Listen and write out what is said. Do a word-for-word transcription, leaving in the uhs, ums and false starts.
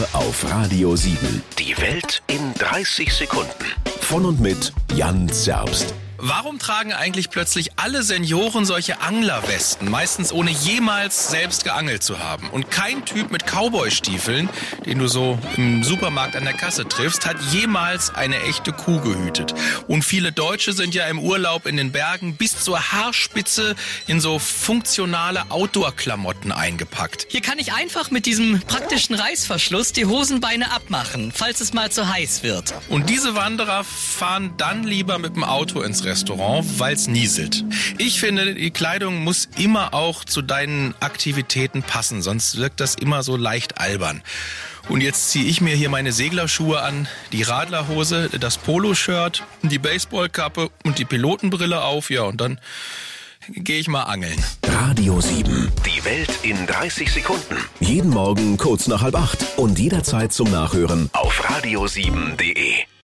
Woche auf Radio sieben. Die Welt in dreißig Sekunden. Von und mit Jan Zerbst. Warum tragen eigentlich plötzlich alle Senioren solche Anglerwesten, meistens ohne jemals selbst geangelt zu haben? Und kein Typ mit Cowboy-Stiefeln, den du so im Supermarkt an der Kasse triffst, hat jemals eine echte Kuh gehütet. Und viele Deutsche sind ja im Urlaub in den Bergen bis zur Haarspitze in so funktionale Outdoor-Klamotten eingepackt. Hier kann ich einfach mit diesem praktischen Reißverschluss die Hosenbeine abmachen, falls es mal zu heiß wird. Und diese Wanderer fahren dann lieber mit dem Auto ins Restaurant, weil's nieselt. Ich finde, die Kleidung muss immer auch zu deinen Aktivitäten passen, sonst wirkt das immer so leicht albern. Und jetzt ziehe ich mir hier meine Seglerschuhe an, die Radlerhose, das Poloshirt, die Baseballkappe und die Pilotenbrille auf, ja, und dann gehe ich mal angeln. Radio sieben. Die Welt in dreißig Sekunden. Jeden Morgen kurz nach halb acht und jederzeit zum Nachhören Auf radio sieben punkt de.